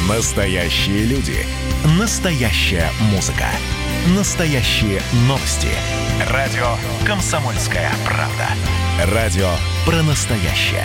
Настоящие люди. Настоящая музыка. Настоящие новости. Радио «Комсомольская правда». Радио про настоящее.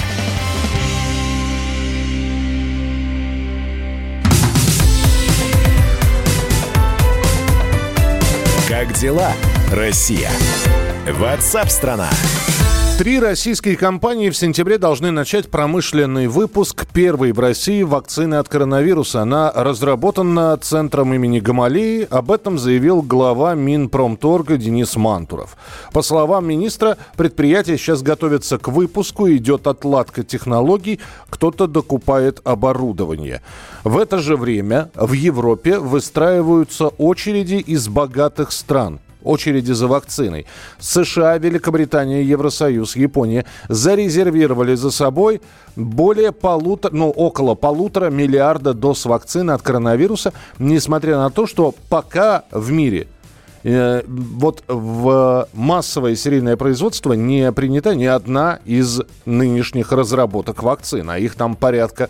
Как дела, Россия? WhatsApp-страна. 3 российские компании в сентябре должны начать промышленный выпуск первой в России вакцины от коронавируса. Она разработана Центром имени Гамалеи. Об этом заявил глава Минпромторга Денис Мантуров. По словам министра, предприятие сейчас готовится к выпуску, идет отладка технологий, кто-то докупает оборудование. В это же время в Европе выстраиваются очереди из богатых стран. Очереди за вакциной. США, Великобритания, Евросоюз, Япония зарезервировали за собой около 1,5 миллиарда доз вакцины от коронавируса, несмотря на то, что пока в мире в массовое серийное производство не принята ни одна из нынешних разработок вакцин, а их там порядка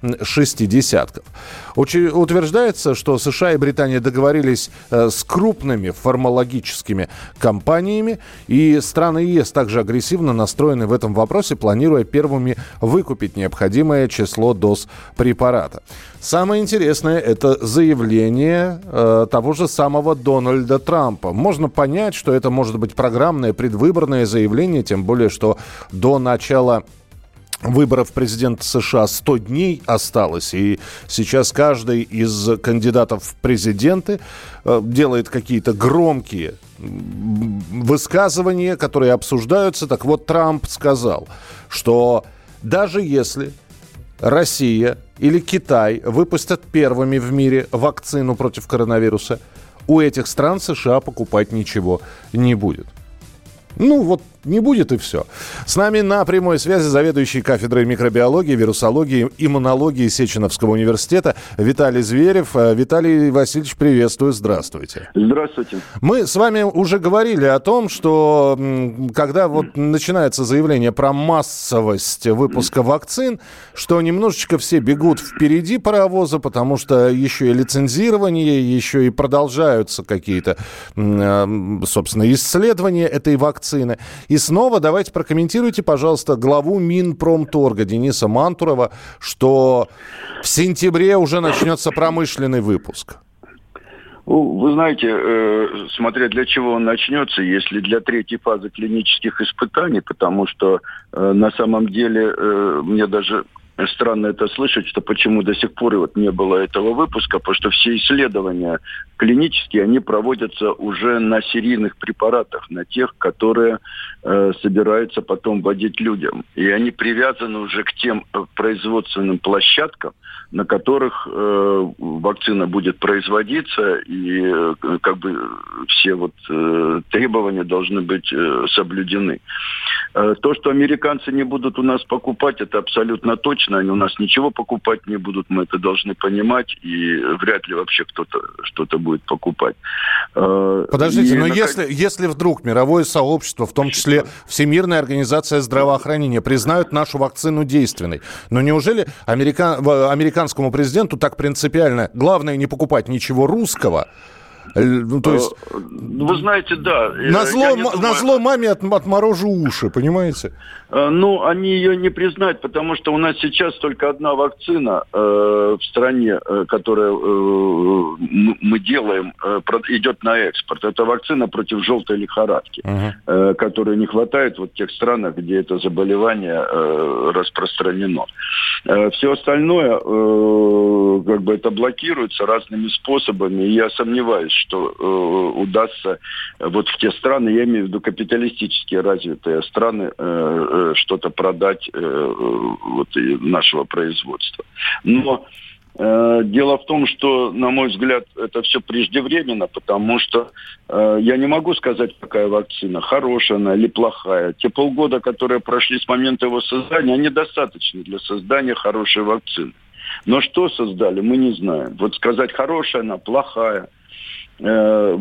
60. Утверждается, что США и Британия договорились с крупными фармакологическими компаниями, и страны ЕС также агрессивно настроены в этом вопросе, планируя первыми выкупить необходимое число доз препарата. Самое интересное – это заявление того же самого Дональда Трампа. Можно понять, что это может быть программное предвыборное заявление, тем более, что до начала выборов президента США 100 дней осталось, и сейчас каждый из кандидатов в президенты делает какие-то громкие высказывания, которые обсуждаются. Так вот, Трамп сказал, что даже если Россия или Китай выпустят первыми в мире вакцину против коронавируса, у этих стран США покупать ничего не будет. Не будет и все. С нами на прямой связи заведующий кафедрой микробиологии, вирусологии, иммунологии Сеченовского университета Виталий Зверев. Виталий Васильевич, приветствую, здравствуйте. Здравствуйте. Мы с вами уже говорили о том, что когда начинается заявление про массовость выпуска вакцин, что немножечко все бегут впереди паровоза, потому что еще и лицензирование, еще и продолжаются какие-то, собственно, исследования этой вакцины. И снова давайте прокомментируйте, пожалуйста, главу Минпромторга Дениса Мантурова, что в сентябре уже начнется промышленный выпуск. Вы знаете, смотря для чего он начнется, если для 3-й фазы клинических испытаний, потому что на самом деле мне даже странно это слышать, что почему до сих пор не было этого выпуска, потому что все исследования клинические, они проводятся уже на серийных препаратах, на тех, которые собираются потом вводить людям. И они привязаны уже к тем производственным площадкам, на которых вакцина будет производиться, и все требования должны быть соблюдены. То, что американцы не будут у нас покупать, это абсолютно точно. Они у нас ничего покупать не будут, мы это должны понимать, и вряд ли вообще кто-то что-то будет покупать. Подождите, но если вдруг мировое сообщество, в том числе Всемирная организация здравоохранения, признают нашу вакцину действенной, но неужели американскому президенту так принципиально главное не покупать ничего русского? То есть, вы знаете, да. Назло маме отморожу уши, понимаете? Они ее не признают, потому что у нас сейчас только одна вакцина в стране, которую мы делаем, идет на экспорт. Это вакцина против желтой лихорадки, которой не хватает в тех странах, где это заболевание распространено. Все остальное это блокируется разными способами, и я сомневаюсь, что удастся в те страны, я имею в виду капиталистически развитые страны, что-то продать нашего производства. Но дело в том, что, на мой взгляд, это все преждевременно, потому что я не могу сказать, какая вакцина, хорошая она или плохая. Те полгода, которые прошли с момента его создания, они достаточны для создания хорошей вакцины. Но что создали, мы не знаем. Сказать, хорошая она, плохая.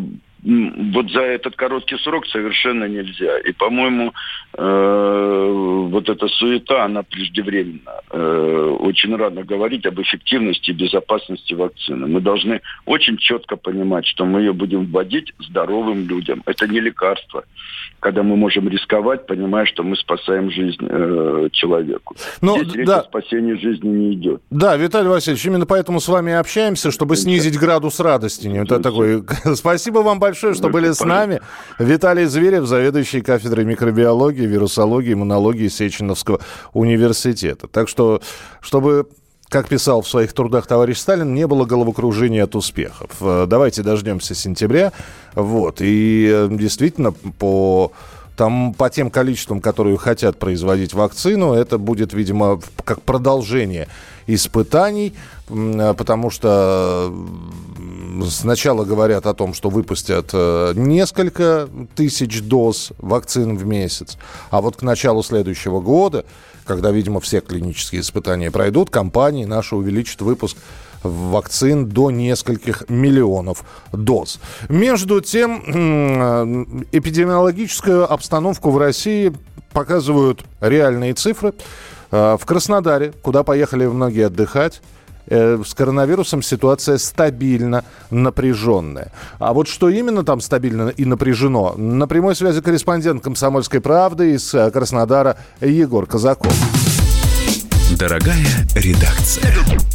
вот за этот короткий срок совершенно нельзя. И, по-моему, вот эта суета, она преждевременна. Очень рано говорить об эффективности и безопасности вакцины. Мы должны очень четко понимать, что мы ее будем вводить здоровым людям. Это не лекарство, когда мы можем рисковать, понимая, что мы спасаем жизнь человеку. Здесь речь о спасении жизни не идет. Да, Виталий Васильевич, именно поэтому с вами общаемся, чтобы снизить градус радости. Это такой... Спасибо вам большое, что были с нами. Виталий Зверев, заведующий кафедрой микробиологии, вирусологии, иммунологии Сеченовского университета. Так что, чтобы... Как писал в своих трудах товарищ Сталин, не было головокружения от успехов. Давайте дождемся сентября. Вот. И действительно, по тем количествам, которые хотят производить вакцину, это будет, видимо, как продолжение испытаний, потому что сначала говорят о том, что выпустят несколько тысяч доз вакцин в месяц, а вот к началу следующего года, когда, видимо, все клинические испытания пройдут, компании наши увеличат выпуск вакцин до нескольких миллионов доз. Между тем, эпидемиологическую обстановку в России показывают реальные цифры. В Краснодаре, куда поехали многие отдыхать, с коронавирусом ситуация стабильно напряженная. А вот что именно там стабильно и напряжено? На прямой связи корреспондент «Комсомольской правды» из Краснодара Егор Казаков. Дорогая редакция.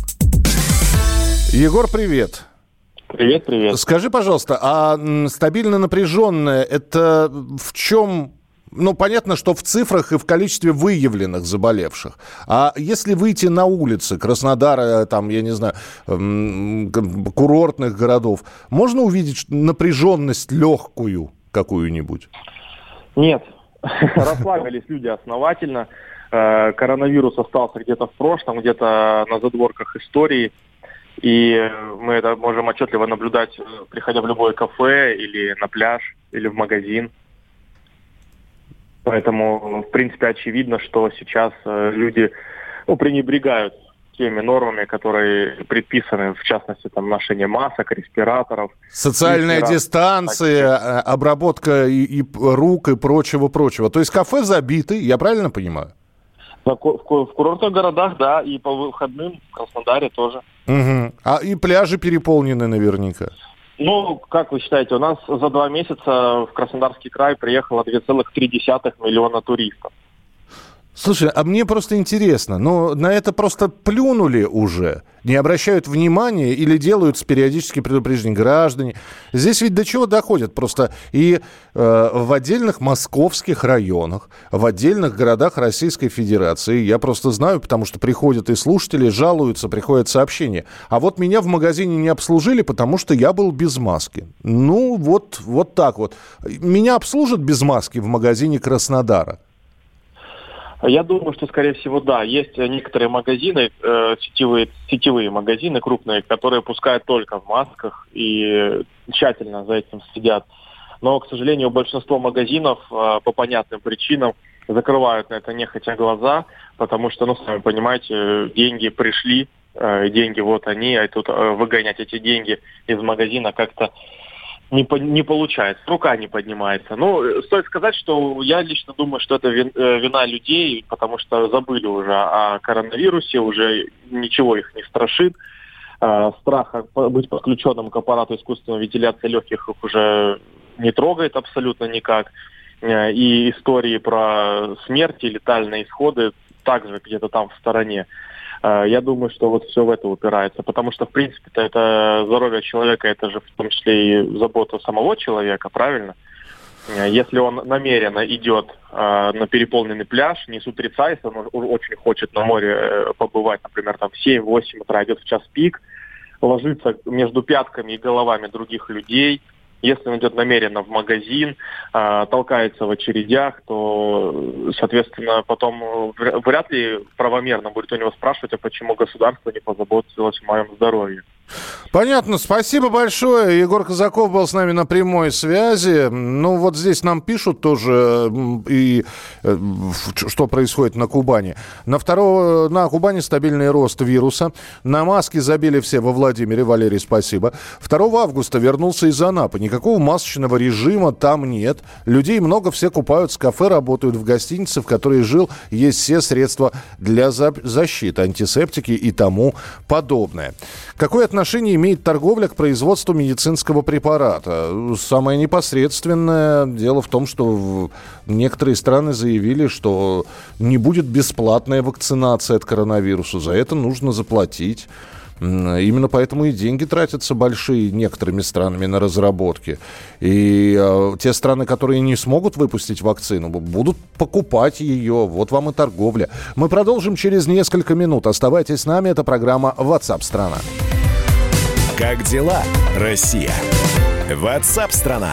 Егор, привет. Привет. Скажи, пожалуйста, а стабильно напряженная это в чем... Ну, понятно, что в цифрах и в количестве выявленных заболевших. А если выйти на улицы Краснодара, там, я не знаю, курортных городов, можно увидеть напряженность легкую какую-нибудь? Нет. Расслабились люди основательно. Коронавирус остался где-то в прошлом, где-то на задворках истории. И мы это можем отчетливо наблюдать, приходя в любое кафе или на пляж, или в магазин. Поэтому, в принципе, очевидно, что сейчас люди пренебрегают теми нормами, которые предписаны, в частности, там, ношение масок, респираторов. Социальная дистанция, обработка и рук и прочего. То есть кафе забиты, я правильно понимаю? В курортных городах, да, и по выходным в Краснодаре тоже. Угу. А и пляжи переполнены наверняка. Ну, как вы считаете, у нас за 2 месяца в Краснодарский край приехало 2,3 миллиона туристов. Слушай, а мне просто интересно, на это просто плюнули уже, не обращают внимания или делают с периодически предупреждения граждане. Здесь ведь до чего доходят просто и в отдельных московских районах, в отдельных городах Российской Федерации, я просто знаю, потому что приходят и слушатели, жалуются, приходят сообщения. А вот меня в магазине не обслужили, потому что я был без маски. Ну, вот так вот. Меня обслужат без маски в магазине Краснодара? Я думаю, что, скорее всего, да. Есть некоторые магазины, сетевые магазины крупные, которые пускают только в масках и тщательно за этим следят. Но, к сожалению, большинство магазинов по понятным причинам закрывают на это нехотя глаза, потому что, сами понимаете, деньги пришли, деньги вот они, а тут выгонять эти деньги из магазина как-то не получается, рука не поднимается. Стоит сказать, что я лично думаю, что это вина людей, потому что забыли уже о коронавирусе, уже ничего их не страшит. Страха быть подключенным к аппарату искусственной вентиляции легких их уже не трогает абсолютно никак. И истории про смерть и летальные исходы также где-то там в стороне. Я думаю, что вот все в это упирается, потому что, в принципе-то, это здоровье человека, это же в том числе и забота самого человека, правильно? Если он намеренно идет на переполненный пляж, не с утреца, если он очень хочет на море побывать, например, там в 7-8 утра, идет в час пик, ложится между пятками и головами других людей. Если он идет намеренно в магазин, толкается в очередях, то, соответственно, потом вряд ли правомерно будет у него спрашивать, а почему государство не позаботилось о моем здоровье. Понятно, спасибо большое. Егор Казаков был с нами на прямой связи. Ну, вот здесь нам пишут тоже, и что происходит на Кубани. На Кубани стабильный рост вируса. На маски забили все во Владимире. Валерий, спасибо. 2 августа вернулся из Анапы. Никакого масочного режима там нет. Людей много, все купаются, кафе работают, в гостинице, в которой жил, есть все средства для защиты, антисептики и тому подобное. Какое отношение имеет торговля к производству медицинского препарата? Самое непосредственное дело в том, что некоторые страны заявили, что не будет бесплатная вакцинация от коронавируса. За это нужно заплатить. Именно поэтому и деньги тратятся большие некоторыми странами на разработки. И те страны, которые не смогут выпустить вакцину, будут покупать ее. Вот вам и торговля. Мы продолжим через несколько минут. Оставайтесь с нами. Это программа WhatsApp страна. Как дела, Россия? WhatsApp страна.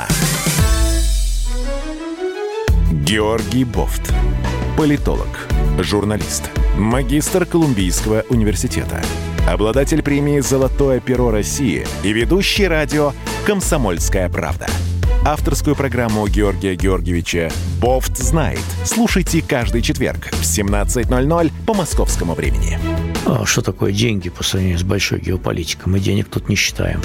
Георгий Бофт. Политолог, журналист, магистр Колумбийского университета, обладатель премии «Золотое перо России» и ведущий радио «Комсомольская правда». Авторскую программу Георгия Георгиевича «Бофт знает». Слушайте каждый четверг в 17:00 по московскому времени. А что такое деньги по сравнению с большой геополитикой? Мы денег тут не считаем.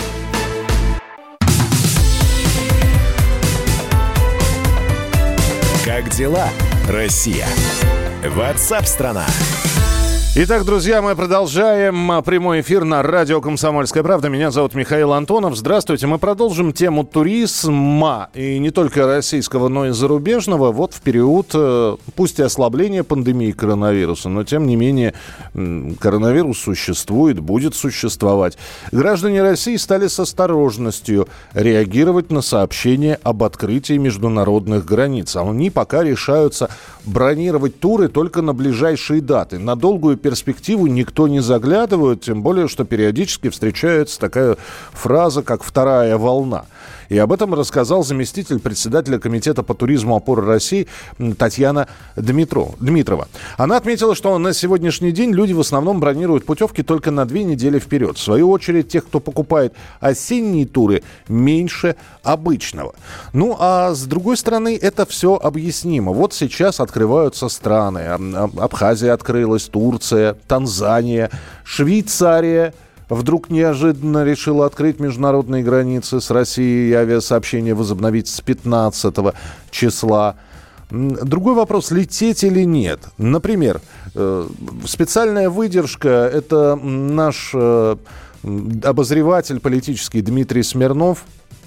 Как дела, Россия? WhatsApp страна. Итак, друзья, мы продолжаем прямой эфир на радио «Комсомольская правда». Меня зовут Михаил Антонов. Здравствуйте. Мы продолжим тему туризма, и не только российского, но и зарубежного. Вот в период, пусть и ослабления пандемии коронавируса, но тем не менее коронавирус существует, будет существовать. Граждане России стали с осторожностью реагировать на сообщения об открытии международных границ. Они пока решаются бронировать туры только на ближайшие даты. На долгую перспективу никто не заглядывает, тем более, что периодически встречается такая фраза, как «вторая волна». И об этом рассказал заместитель председателя Комитета по туризму «Опоры России» Татьяна Дмитрова. Она отметила, что на сегодняшний день люди в основном бронируют путевки только на 2 недели вперед. В свою очередь, тех, кто покупает осенние туры, меньше обычного. Ну, а с другой стороны, это все объяснимо. Вот сейчас открываются страны. Абхазия открылась, Турция, Танзания, Швейцария вдруг неожиданно решила открыть международные границы с Россией и авиасообщение возобновить с 15 числа. Другой вопрос, лететь или нет. Например, специальная выдержка – это наш обозреватель политический Дмитрий Смирнов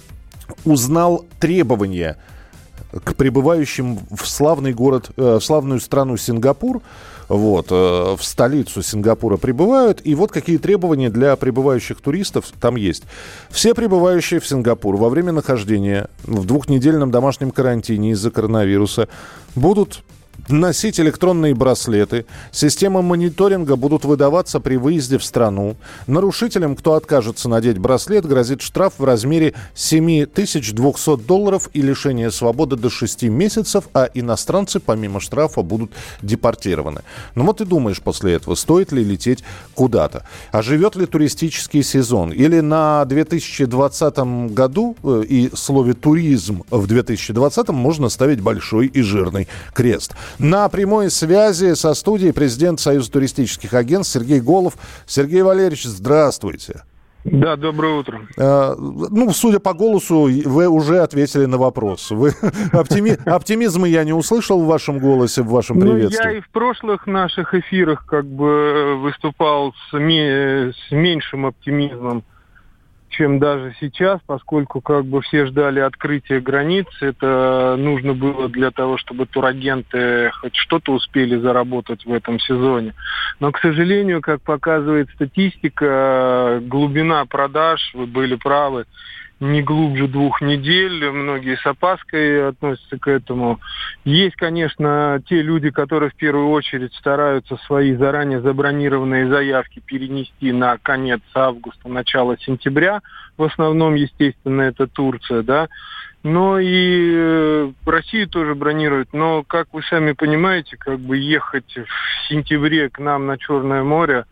узнал требования к прибывающим в славный город, в славную страну Сингапур. Вот, в столицу Сингапура прибывают. И вот какие требования для прибывающих туристов там есть. Все прибывающие в Сингапур во время нахождения в 2-недельном домашнем карантине из-за коронавируса будут носить электронные браслеты. Системы мониторинга будут выдаваться при выезде в страну. Нарушителям, кто откажется надеть браслет, грозит штраф в размере $7200 и лишение свободы до 6 месяцев, а иностранцы помимо штрафа будут депортированы. Ну вот и думаешь после этого, стоит ли лететь куда-то. А живет ли туристический сезон? Или на 2020 году и слове «туризм» в 2020 можно ставить большой и жирный крест. На прямой связи со студией президент Союза туристических агентств Сергей Голов. Сергей Валерьевич, здравствуйте. Да, доброе утро. Ну, судя по голосу, вы уже ответили на вопрос. Оптимизма я не услышал в вашем голосе, в вашем приветствии. Я и в прошлых наших эфирах как бы выступал с меньшим оптимизмом, чем даже сейчас, поскольку как бы все ждали открытия границ. Это нужно было для того, чтобы турагенты хоть что-то успели заработать в этом сезоне. Но, к сожалению, как показывает статистика, глубина продаж, вы были правы, не глубже 2 недель. Многие с опаской относятся к этому. Есть, конечно, те люди, которые в первую очередь стараются свои заранее забронированные заявки перенести на конец августа, начало сентября. В основном, естественно, это Турция, да. Но и Россию тоже бронируют. Но, как вы сами понимаете, как бы ехать в сентябре к нам на Черное море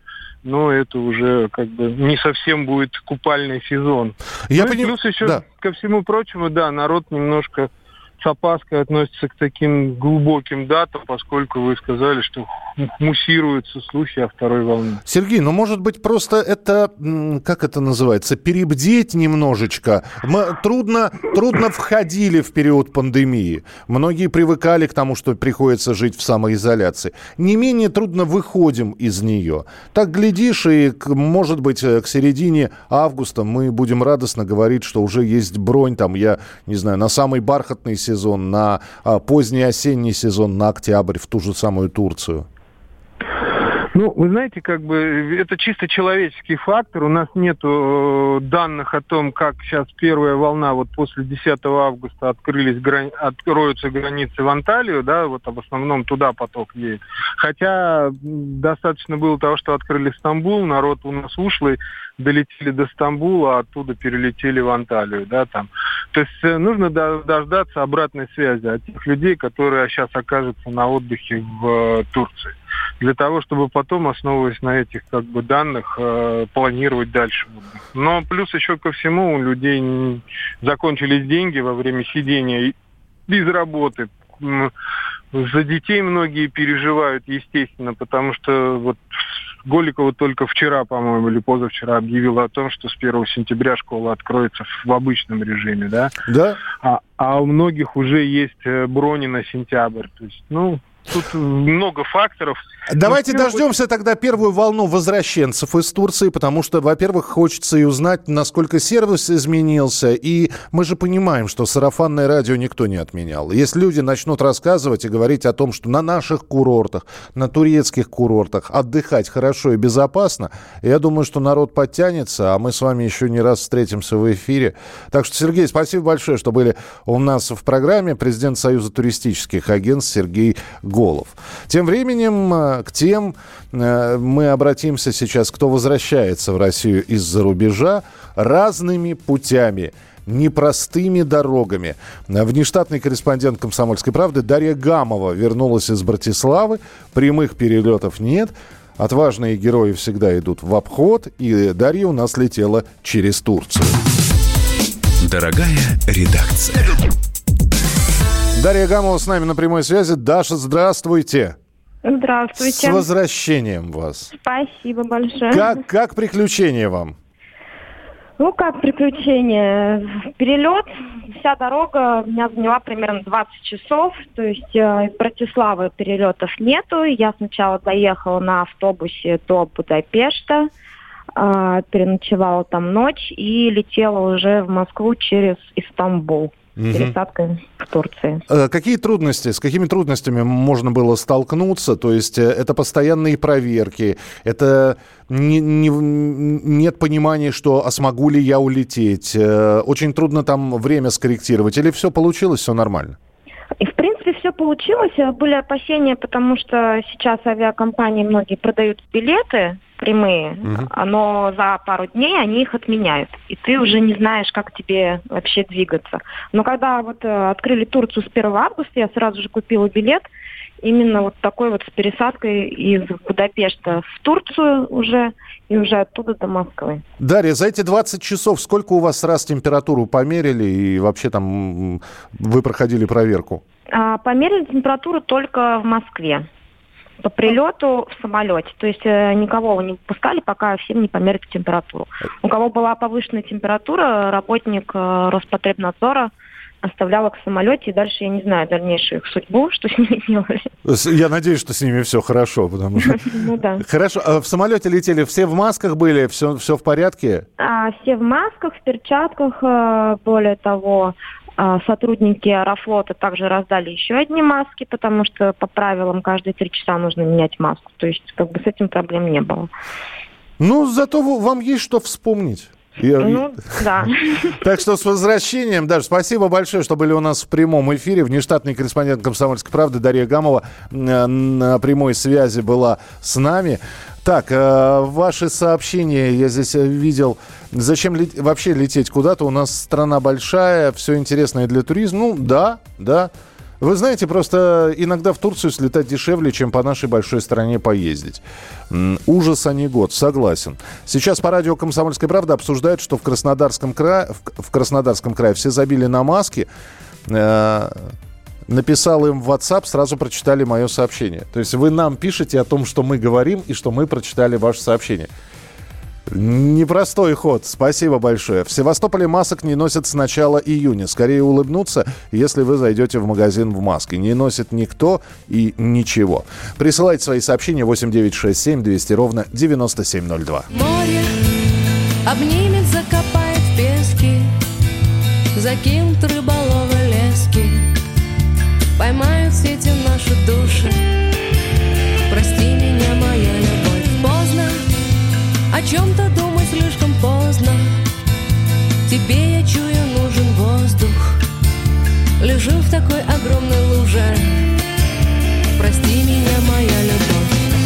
но это уже как бы не совсем будет купальный сезон. Плюс еще ко всему прочему, да, народ немножко с опаской относится к таким глубоким датам, поскольку вы сказали, что муссируются слухи о второй волне. Сергей, может быть, просто это, как это называется, перебдеть немножечко. Мы трудно входили в период пандемии. Многие привыкали к тому, что приходится жить в самоизоляции. Не менее трудно выходим из нее. Так, глядишь, и, может быть, к середине августа мы будем радостно говорить, что уже есть бронь, я не знаю, на самый бархатный сезон, на поздний осенний сезон, на октябрь, в ту же самую Турцию. Вы знаете, это чисто человеческий фактор. У нас нет данных о том, как сейчас первая волна, после 10 августа откроются границы в Анталию, да, в основном туда поток едет. Хотя достаточно было того, что открыли Стамбул, народ у нас ушлый, долетели до Стамбула, а оттуда перелетели в Анталию, да, там. То есть нужно дождаться обратной связи от тех людей, которые сейчас окажутся на отдыхе в Турции, для того, чтобы потом, основываясь на этих данных, планировать дальше. Но плюс еще ко всему у людей закончились деньги во время сидения без работы. За детей многие переживают, естественно, потому что Голикова только вчера, по-моему, или позавчера объявила о том, что с 1 сентября школа откроется в обычном режиме, да? Да. А у многих уже есть брони на сентябрь. То есть, тут много факторов. Давайте дождемся тогда первую волну возвращенцев из Турции, потому что, во-первых, хочется и узнать, насколько сервис изменился. И мы же понимаем, что сарафанное радио никто не отменял. Если люди начнут рассказывать и говорить о том, что на наших курортах, на турецких курортах отдыхать хорошо и безопасно, я думаю, что народ подтянется, а мы с вами еще не раз встретимся в эфире. Так что, Сергей, спасибо большое, что были у нас в программе. Президент Союза туристических агентств Сергей Голов. Тем временем к тем мы обратимся сейчас, кто возвращается в Россию из-за рубежа разными путями, непростыми дорогами. Внештатный корреспондент «Комсомольской правды» Дарья Гамова вернулась из Братиславы. Прямых перелетов нет. Отважные герои всегда идут в обход. И Дарья у нас летела через Турцию. Дорогая редакция. Дарья Гамова с нами на прямой связи. Даша, здравствуйте. Здравствуйте. С возвращением вас. Спасибо большое. Как приключения вам? Как приключения? Перелет, вся дорога меня заняла примерно 20 часов. То есть из Братиславы перелетов нету. Я сначала доехала на автобусе до Будапешта, переночевала там ночь и летела уже в Москву через Истамбул. Пересадкой в Турции. С какими трудностями можно было столкнуться? То есть это постоянные проверки, это нет понимания, что смогу ли я улететь? Очень трудно там время скорректировать. Или все получилось, все нормально? И, в принципе, все получилось. Были опасения, потому что сейчас авиакомпании многие продают билеты прямые, но за пару дней они их отменяют. И ты уже не знаешь, как тебе вообще двигаться. Но когда открыли Турцию с 1 августа, я сразу же купила билет именно такой с пересадкой из Будапешта в Турцию уже, и уже оттуда до Москвы. Дарья, за эти 20 часов сколько у вас раз температуру померили и вообще там вы проходили проверку? Померили температуру только в Москве. По прилету в самолете. То есть никого не выпускали, пока всем не померят температуру. У кого была повышенная температура, работник Роспотребнадзора оставлял их в самолете, и дальше я не знаю дальнейшую их судьбу, что с ними делали. Я надеюсь, что с ними все хорошо, потому что... Ну да. Хорошо. А в самолете летели, все в масках были, все в порядке? Все в масках, в перчатках, более того... Сотрудники Аэрофлота также раздали еще одни маски, потому что по правилам каждые 3 часа нужно менять маску. То есть с этим проблем не было. Зато вам есть что вспомнить. Да. Так что с возвращением, Даша, спасибо большое, что были у нас в прямом эфире. Внештатный корреспондент «Комсомольской правды» Дарья Гамова на прямой связи была с нами. Так, ваши сообщения я здесь видел. Зачем вообще лететь куда-то? У нас страна большая, все интересное для туризма. Да. Вы знаете, просто иногда в Турцию слетать дешевле, чем по нашей большой стране поездить. Ужас, а не год, согласен. Сейчас по радио «Комсомольская правда» обсуждают, что в Краснодарском крае все забили на маски. Написал им в WhatsApp, сразу прочитали мое сообщение. То есть вы нам пишете о том, что мы говорим, и что мы прочитали ваше сообщение. Непростой ход. Спасибо большое. В Севастополе масок не носят с начала июня. Скорее улыбнуться, если вы зайдете в магазин в маске. Не носит никто и ничего. Присылайте свои сообщения 8967 200 ровно 9702. Море обнимет, закопает в пески, закинут рыболовы лески, поймают в сети наши души. Прости меня, моя любовь. Поздно о чем-то думать, слишком поздно. Тебе, я чую, нужен воздух. Лежу в такой огромной луже. Прости меня, моя любовь.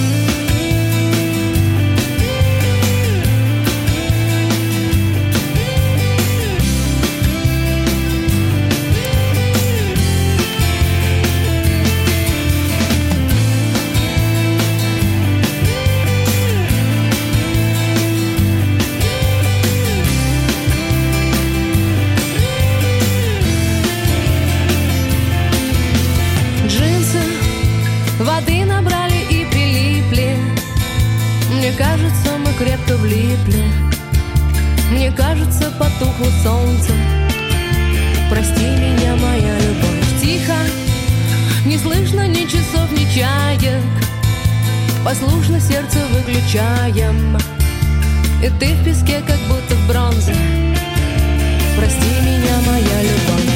Воды набрали и прилипли. Мне кажется, мы крепко влипли. Мне кажется, потухло солнце. Прости меня, моя любовь. Тихо, не слышно ни часов, ни чаек. Послушно сердце выключаем. И ты в песке, как будто в бронзе. Прости меня, моя любовь.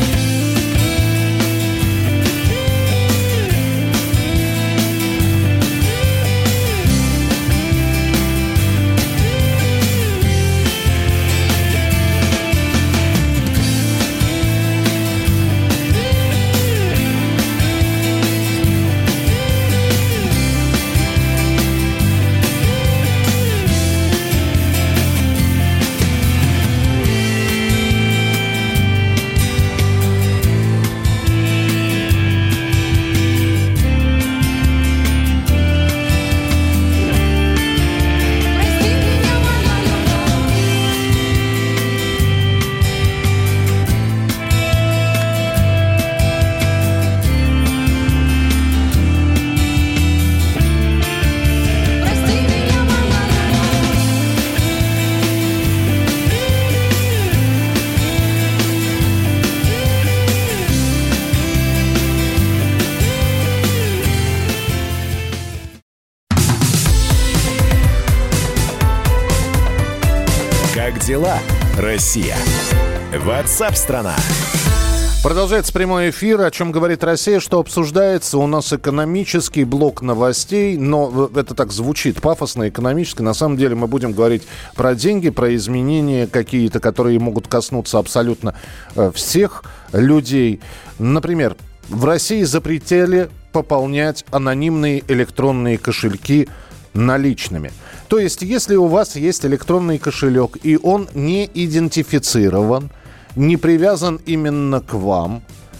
Дела, Россия. WhatsApp-страна. Продолжается прямой эфир. О чем говорит Россия, что обсуждается. У нас экономический блок новостей, но это так звучит пафосно, экономически. На самом деле мы будем говорить про деньги, про изменения какие-то, которые могут коснуться абсолютно всех людей. Например, в России запретили пополнять анонимные электронные кошельки наличными. То есть, если у вас есть электронный кошелек, и он не идентифицирован, не привязан именно к вам,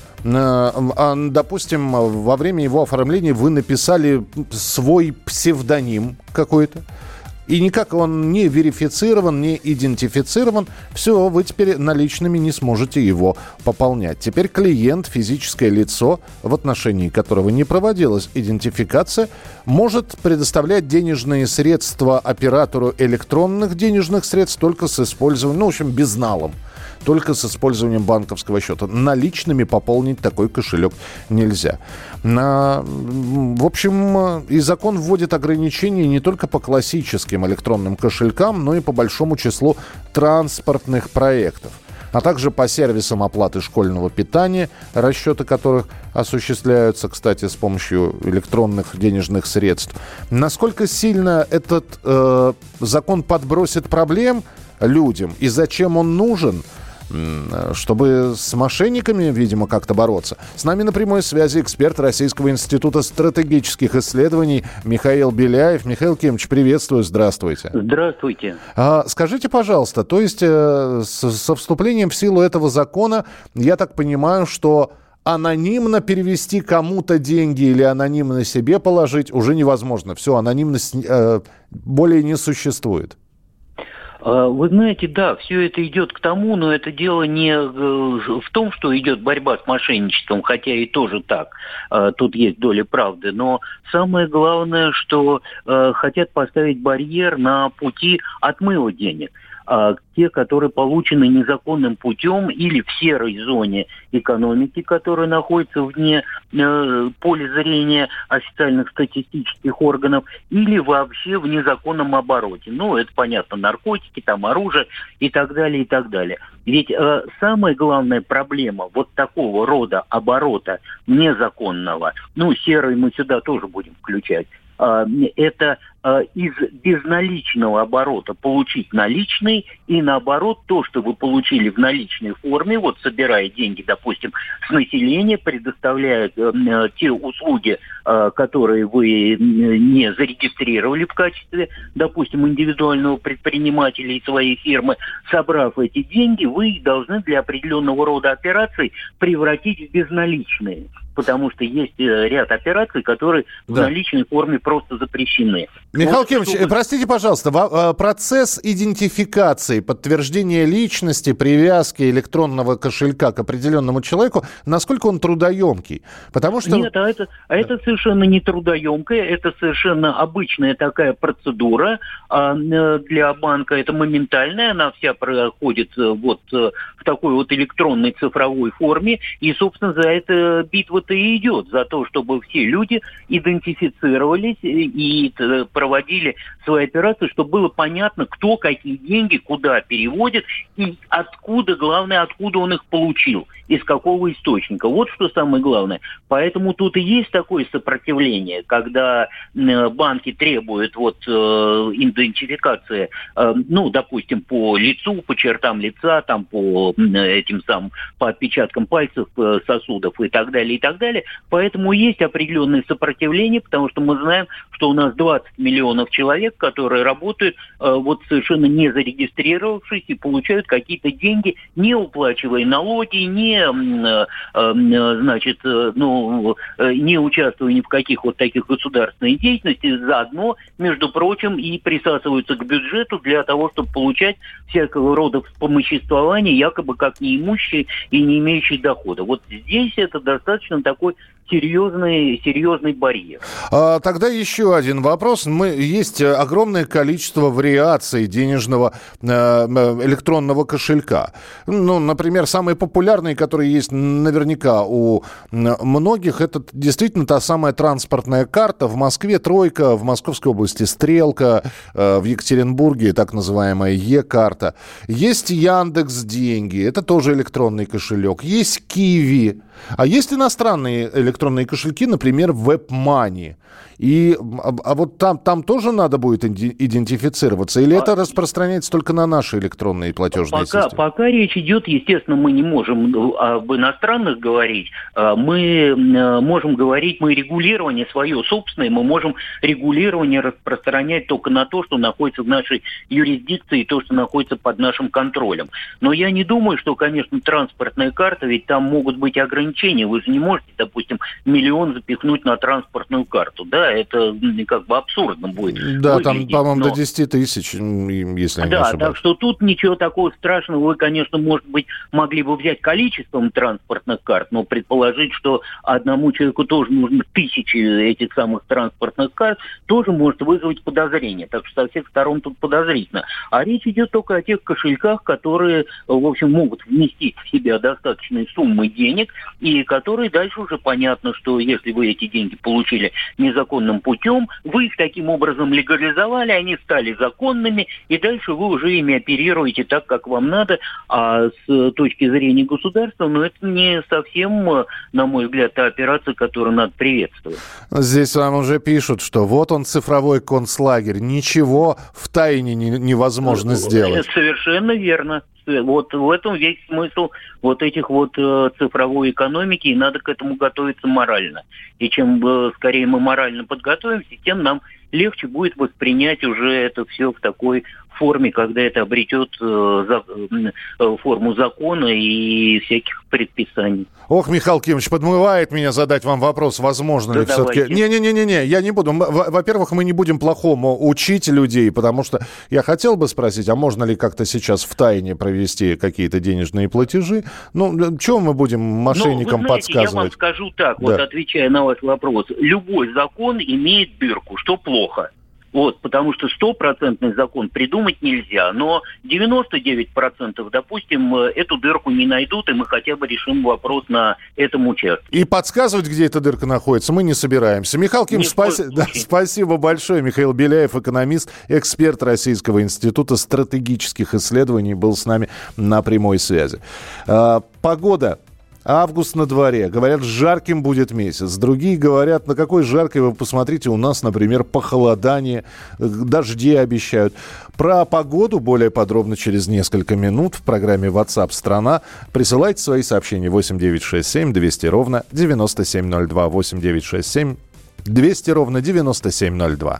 допустим, во время его оформления вы написали свой псевдоним какой-то, и никак он не верифицирован, не идентифицирован, все, вы теперь наличными не сможете его пополнять. Теперь клиент, физическое лицо, в отношении которого не проводилась идентификация, может предоставлять денежные средства оператору электронных денежных средств только с использованием, в общем, безналом. Только с использованием банковского счета. Наличными пополнить такой кошелек нельзя. В общем, и закон вводит ограничения не только по классическим электронным кошелькам, но и по большому числу транспортных проектов, а также по сервисам оплаты школьного питания, расчеты которых осуществляются, кстати, с помощью электронных денежных средств. Насколько сильно этот закон подбросит проблем людям и зачем он нужен? Чтобы с мошенниками, видимо, как-то бороться. С нами на прямой связи эксперт Российского института стратегических исследований Михаил Беляев. Михаил Кимович, приветствую, здравствуйте. Здравствуйте. Скажите, пожалуйста, то есть со вступлением в силу этого закона, я так понимаю, что анонимно перевести кому-то деньги или анонимно себе положить уже невозможно. Все, анонимность более не существует. Вы знаете, да, все это идет к тому, но это дело не в том, что идет борьба с мошенничеством, хотя и тоже так, тут есть доля правды, но самое главное, что хотят поставить барьер на пути отмыва денег. Те, которые получены незаконным путем или в серой зоне экономики, которая находится вне поля зрения официальных статистических органов, или вообще в незаконном обороте. Ну, это понятно, наркотики, там оружие и так далее, и так далее. Ведь самая главная проблема вот такого рода оборота незаконного, ну, серый мы сюда тоже будем включать, это из безналичного оборота получить наличные, и наоборот, то, что вы получили в наличной форме, вот собирая деньги, допустим, с населения, предоставляя те услуги, которые вы не зарегистрировали в качестве, допустим, индивидуального предпринимателя и своей фирмы, собрав эти деньги, вы их должны для определенного рода операций превратить в безналичные. Потому что есть ряд операций, которые в наличной форме просто запрещены. Михаил Кимович, простите, пожалуйста, процесс идентификации, подтверждения личности, привязки электронного кошелька к определенному человеку, насколько он трудоемкий? Потому что... Нет, это совершенно не трудоемкая, это совершенно обычная такая процедура для банка. Это моментальная, она вся проходит вот в такой вот электронной цифровой форме. И, собственно, за это битва-то и идет, за то, чтобы все люди идентифицировались и проводили свои операции, чтобы было понятно, кто какие деньги куда переводит и откуда, главное, откуда он их получил, из какого источника. Вот что самое главное. Поэтому тут и есть такое сопротивление, когда банки требуют вот идентификации, ну, допустим, по лицу, по чертам лица, там, по этим самым, по отпечаткам пальцев, сосудов и так далее, и так далее. Поэтому есть определенное сопротивление, потому что мы знаем, что у нас 20 миллионов человек, которые работают вот совершенно не зарегистрировавшись и получают какие-то деньги, не уплачивая налоги, не участвуя ни в каких вот таких государственных деятельностях, заодно, между прочим, и присасываются к бюджету для того, чтобы получать всякого рода вспомоществование, якобы как неимущие и не имеющие дохода. Вот здесь это достаточно такой серьезный барьер. Тогда еще один вопрос. Есть огромное количество вариаций денежного электронного кошелька. Ну, например, самые популярные, которые есть наверняка у многих, это действительно та самая транспортная карта. В Москве тройка, в Московской области стрелка, в Екатеринбурге так называемая Е-карта. Есть Яндекс.Деньги, это тоже электронный кошелек. Есть Киви. А есть иностранные электронные кошельки, например, WebMoney. А вот там тоже надо будет идентифицироваться? Или это распространяется только на наши электронные платежные системы? Пока речь идет, естественно, мы не можем об иностранных говорить. Мы можем говорить, мы регулирование свое собственное, мы можем регулирование распространять только на то, что находится в нашей юрисдикции, то, что находится под нашим контролем. Но я не думаю, что, конечно, транспортная карта, ведь там могут быть ограничения. Вы же не можете, допустим, 1 миллион запихнуть на транспортную карту. Да, это как бы абсурдно будет. Да, там, по-моему, до 10 тысяч, если я не ошибаюсь. Да, так что тут ничего такого страшного. Вы, конечно, может быть, могли бы взять количеством транспортных карт, но предположить, что одному человеку тоже нужно 1000 этих самых транспортных карт, тоже может вызвать подозрение. Так что со всех сторон тут подозрительно. А речь идет только о тех кошельках, которые, в общем, могут вместить в себя достаточные суммы денег, и которые дальше уже понятно, что если вы эти деньги получили незаконным путем, вы их таким образом легализовали, они стали законными, и дальше вы уже ими оперируете так, как вам надо, а с точки зрения государства, это не совсем, на мой взгляд, та операция, которую надо приветствовать. Здесь вам уже пишут, что вот он цифровой концлагерь, ничего в тайне невозможно сделать. Совершенно верно. Вот в этом весь смысл вот этих вот цифровой экономики, и надо к этому готовиться морально. И чем скорее мы морально подготовимся, тем нам легче будет воспринять уже это все в такой форме, когда это обретет форму закона и всяких предписаний. Ох, Михаил Кимович, подмывает меня задать вам вопрос, возможно ли все-таки... Не-не-не, я не буду. Во-первых, мы не будем плохому учить людей, потому что я хотел бы спросить, а можно ли как-то сейчас в тайне провести какие-то денежные платежи? Ну, чего мы будем мошенникам подсказывать? Я вам скажу так, вот отвечая на ваш вопрос. Любой закон имеет дырку, что плохо. Вот, потому что 100% закон придумать нельзя, но 99%, допустим, эту дырку не найдут, и мы хотя бы решим вопрос на этом участке. И подсказывать, где эта дырка находится, мы не собираемся. Михаил Кимович, спасибо большое. Михаил Беляев, экономист, эксперт Российского института стратегических исследований, был с нами на прямой связи. Погода. Август на дворе. Говорят, жарким будет месяц. Другие говорят, на какой жаркой вы посмотрите. У нас, например, похолодание. Дожди обещают. Про погоду более подробно через несколько минут в программе WhatsApp страна. Присылайте свои сообщения 8967 200 ровно 9702. 8967 200 ровно 9702.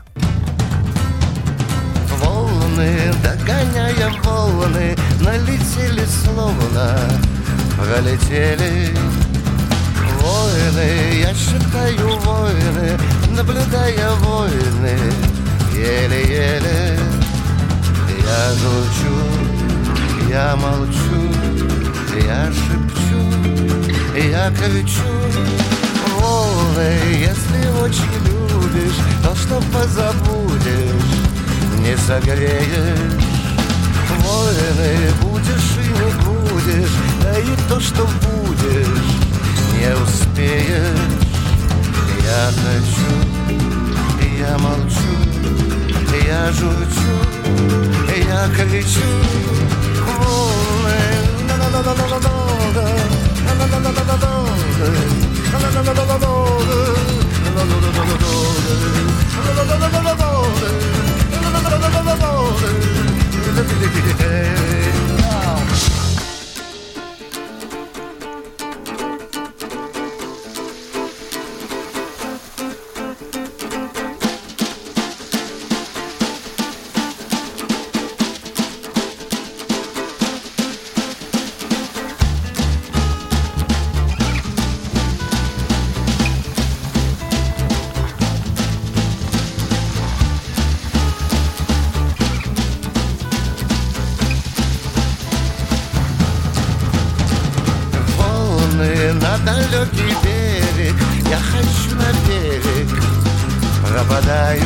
Волны, догоняя волны, налетели словно... Пролетели войны, я считаю войны, наблюдая войны, еле-еле. Я гручу, я молчу, я шепчу, я кричу. Волны, если очень любишь, то что позабудешь, не согреешь. Войны, будешь и не будешь, да и то, что будешь, не успеешь. Я хочу, я молчу, я журчу, я кричу. Волны, на далекий берег, я хочу на берег, пропадаю.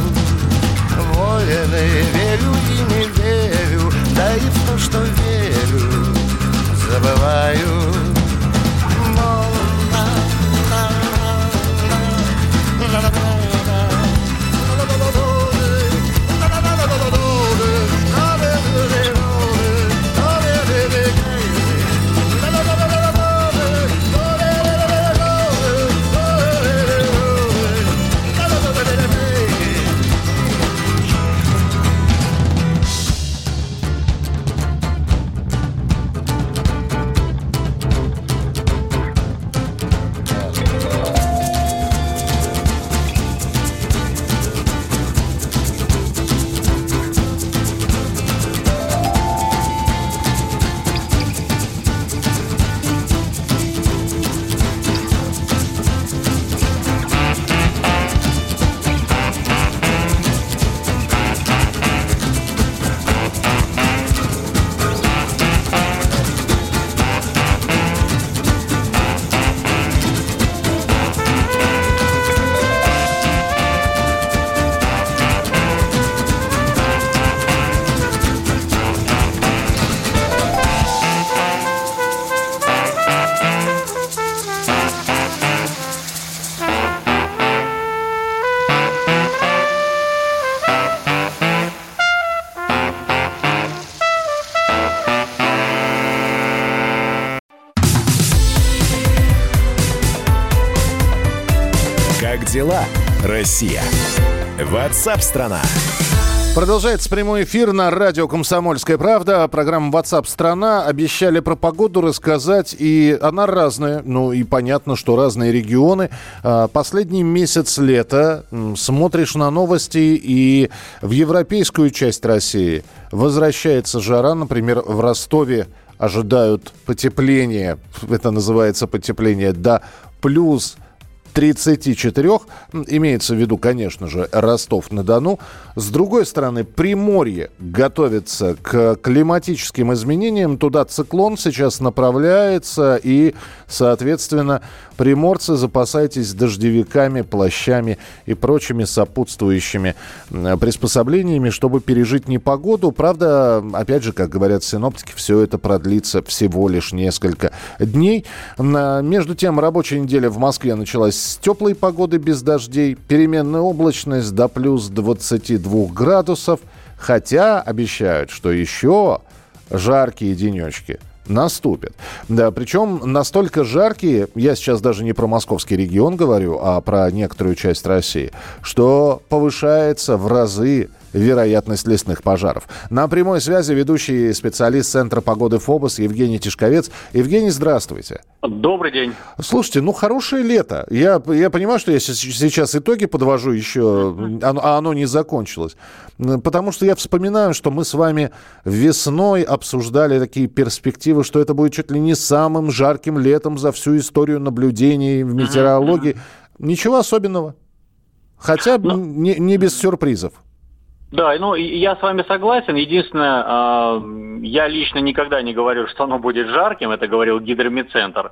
Воины, верю и не верю, да и в то, что верю, забываю. Как дела, Россия? WhatsApp страна. Продолжается прямой эфир на радио «Комсомольская правда». Программа WhatsApp страна. Обещали про погоду рассказать. И она разная. Ну и понятно, что разные регионы. Последний месяц лета смотришь на новости, и в европейскую часть России возвращается жара. Например, в Ростове ожидают потепления. Это называется потепление до плюс 34, имеется в виду, конечно же, Ростов-на-Дону. С другой стороны, Приморье готовится к климатическим изменениям. Туда циклон сейчас направляется, и, соответственно, приморцы, запасайтесь дождевиками, плащами и прочими сопутствующими приспособлениями, чтобы пережить непогоду. Правда, опять же, как говорят синоптики, все это продлится всего лишь несколько дней. Между тем, рабочая неделя в Москве началась с теплой погоды без дождей, переменная облачность до плюс 22 градусов, хотя обещают, что еще жаркие денечки наступят. Да, причем настолько жаркие, я сейчас даже не про московский регион говорю, а про некоторую часть России, что повышается в разы вероятность лесных пожаров. На прямой связи ведущий специалист Центра погоды ФОБОС Евгений Тишковец. Евгений, здравствуйте. Добрый день. Слушайте, хорошее лето. Я понимаю, что я сейчас итоги подвожу еще, а оно не закончилось. Потому что я вспоминаю, что мы с вами весной обсуждали такие перспективы, что это будет чуть ли не самым жарким летом за всю историю наблюдений в метеорологии. Ничего особенного. Хотя не без сюрпризов. Да, я с вами согласен. Единственное, я лично никогда не говорю, что оно будет жарким. Это говорил Гидромедцентр,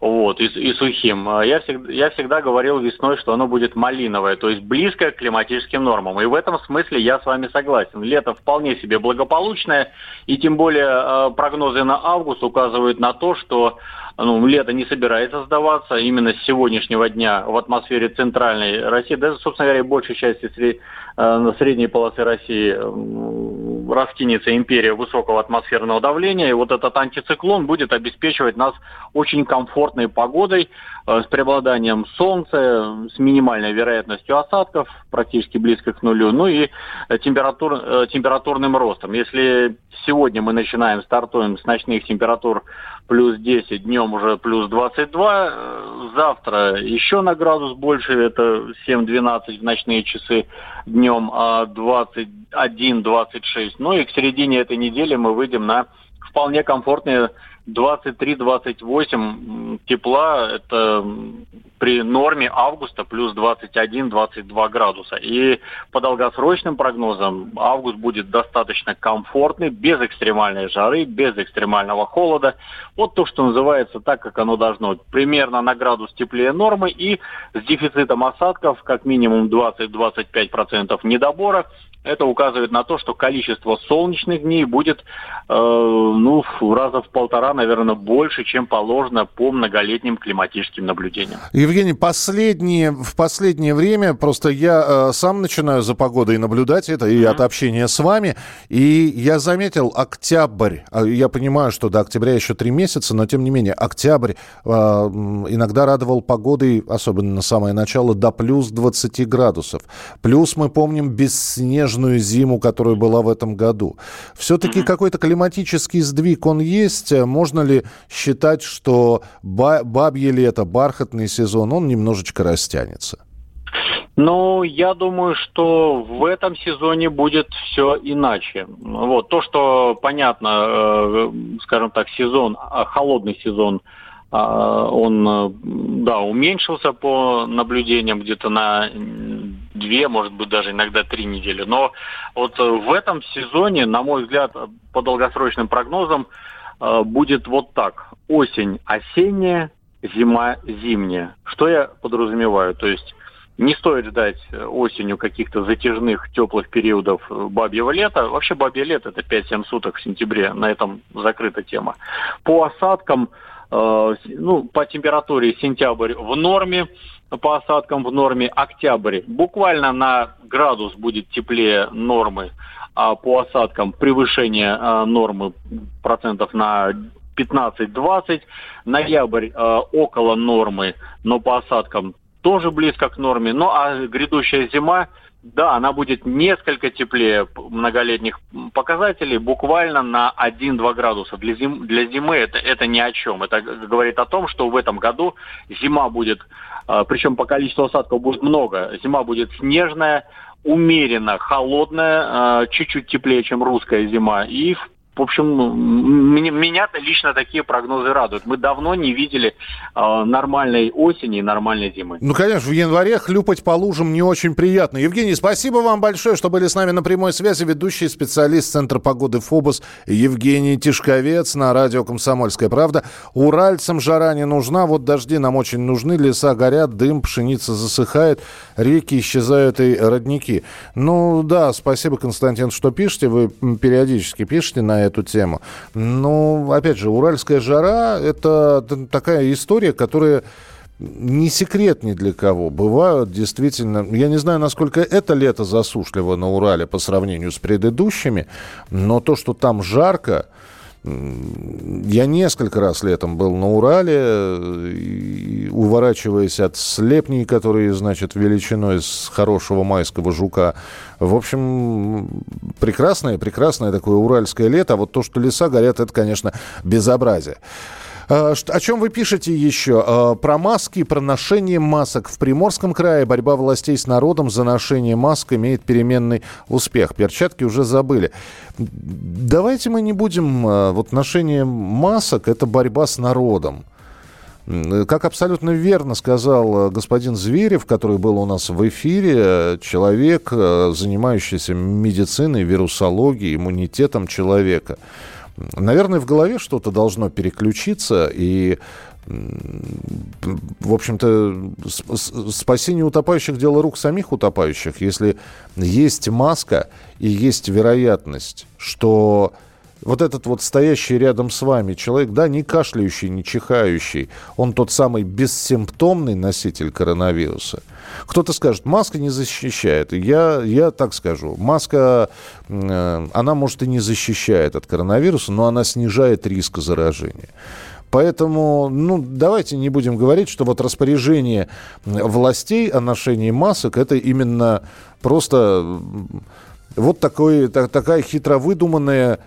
и сухим. Я всегда говорил весной, что оно будет малиновое, то есть близкое к климатическим нормам. И в этом смысле я с вами согласен. Лето вполне себе благополучное, и тем более прогнозы на август указывают на то, что лето не собирается сдаваться. Именно с сегодняшнего дня в атмосфере центральной России, даже, собственно говоря, большей части средней полосы России раскинется империя высокого атмосферного давления. И вот этот антициклон будет обеспечивать нас очень комфортной погодой, с преобладанием солнца, с минимальной вероятностью осадков, практически близко к нулю, и температурным ростом. Если сегодня мы стартуем с ночных температур плюс 10, днем уже плюс 22, завтра еще на градус больше, это 7-12 в ночные часы, днем 21-26. И к середине этой недели мы выйдем на вполне комфортные 23-28 тепла, это при норме августа плюс 21-22 градуса. И по долгосрочным прогнозам август будет достаточно комфортный, без экстремальной жары, без экстремального холода. Вот то, что называется так, как оно должно быть. Примерно на градус теплее нормы и с дефицитом осадков, как минимум 20-25% недобора. Это указывает на то, что количество солнечных дней будет в раза в полтора, наверное, больше, чем положено по многолетним климатическим наблюдениям. Евгений, в последнее время просто я сам начинаю за погодой наблюдать это и от общения с вами, и я заметил октябрь. Я понимаю, что до октября еще 3 месяца, но тем не менее октябрь иногда радовал погодой, особенно на самое начало, до плюс 20 градусов. Плюс мы помним бесснежную зиму, которая была в этом году. Все-таки какой-то климатический сдвиг он есть? Можно ли считать, что бабье лето, бархатный сезон, он немножечко растянется? Я думаю, что в этом сезоне будет все иначе. То, что понятно, скажем так, холодный сезон, он, уменьшился по наблюдениям где-то на 2, может быть, даже иногда 3 недели. Но вот в этом сезоне, на мой взгляд, по долгосрочным прогнозам, будет вот так. Осень осенняя, зима зимняя. Что я подразумеваю? То есть не стоит ждать осенью каких-то затяжных теплых периодов бабьего лета. Вообще бабье лето — это 5-7 суток в сентябре. На этом закрыта тема. По осадкам, по температуре сентябрь в норме, по осадкам в норме, октябрь буквально на градус будет теплее нормы, а по осадкам превышение нормы процентов на 15-20. Ноябрь около нормы, но по осадкам тоже близко к норме. А грядущая зима Да, она будет несколько теплее многолетних показателей, буквально на 1-2 градуса. Для зимы это ни о чем. Это говорит о том, что в этом году зима будет, причем по количеству осадков будет много, зима будет снежная, умеренно холодная, чуть-чуть теплее, чем русская зима. И в общем, меня-то лично такие прогнозы радуют. Мы давно не видели нормальной осени и нормальной зимы. Ну, конечно, в январе хлюпать по лужам не очень приятно. Евгений, спасибо вам большое, что были с нами на прямой связи. Ведущий специалист Центра погоды ФОБОС Евгений Тишковец на радио «Комсомольская правда». Уральцам жара не нужна, вот дожди нам очень нужны, леса горят, дым, пшеница засыхает, реки исчезают и родники. Ну, да, спасибо, Константин, что пишете. Вы периодически пишете на эту тему. Ну, опять же, уральская жара – это такая история, которая не секрет ни для кого. Бывают действительно... Я не знаю, насколько это лето засушливо на Урале по сравнению с предыдущими, но то, что там жарко... Я несколько раз летом был на Урале, уворачиваясь от слепней, которые, значит, величиной с хорошего майского жука. В общем, прекрасное такое уральское лето. А вот то, что леса горят, это, конечно, безобразие. О чем вы пишете еще? Про маски, про ношение масок. В Приморском крае борьба властей с народом за ношение масок имеет переменный успех. Перчатки уже забыли. Давайте мы не будем... Вот ношение масок – это борьба с народом. Как абсолютно верно сказал господин Зверев, который был у нас в эфире, человек, занимающийся медициной, вирусологией, иммунитетом человека. Наверное, в голове что-то должно переключиться, и, в общем-то, спасение утопающих – дело рук самих утопающих. Если есть маска и есть вероятность, что вот этот вот стоящий рядом с вами человек, да, не кашляющий, не чихающий, он тот самый бессимптомный носитель коронавируса. Кто-то скажет, маска не защищает. Я так скажу. Маска, она, может, и не защищает от коронавируса, но она снижает риск заражения. Поэтому, давайте не будем говорить, что вот распоряжение властей о ношении масок – это именно просто вот такая хитро выдуманная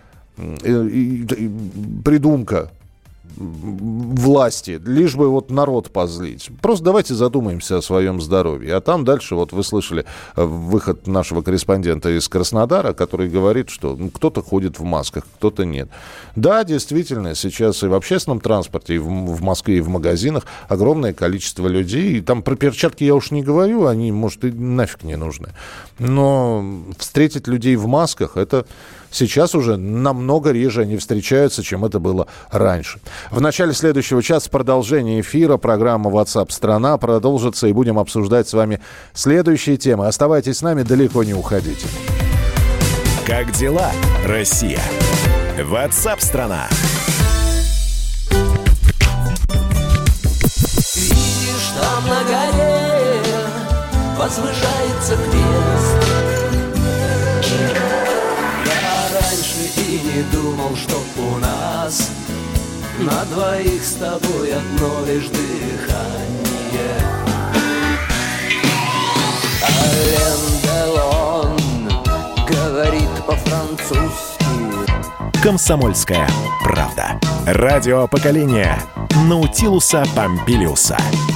придумка власти, лишь бы вот народ позлить. Просто давайте задумаемся о своем здоровье. А там дальше, вот вы слышали выход нашего корреспондента из Краснодара, который говорит, что кто-то ходит в масках, кто-то нет. Да, действительно, сейчас и в общественном транспорте, и в Москве, и в магазинах огромное количество людей. И там про перчатки я уж не говорю, они, может, и нафиг не нужны. Но встретить людей в масках, это... Сейчас уже намного реже они встречаются, чем это было раньше. В начале следующего часа продолжение эфира. Программа WhatsApp страна продолжится, и будем обсуждать с вами следующие темы. Оставайтесь с нами, далеко не уходите. Как дела, Россия? WhatsApp страна. Видишь, там на горе возвышается крест. И не думал, что у нас на двоих с тобой одно лишь дыхание. Ален Делон говорит по-французски. «Комсомольская правда». Радио поколения Наутилуса Помпилиуса.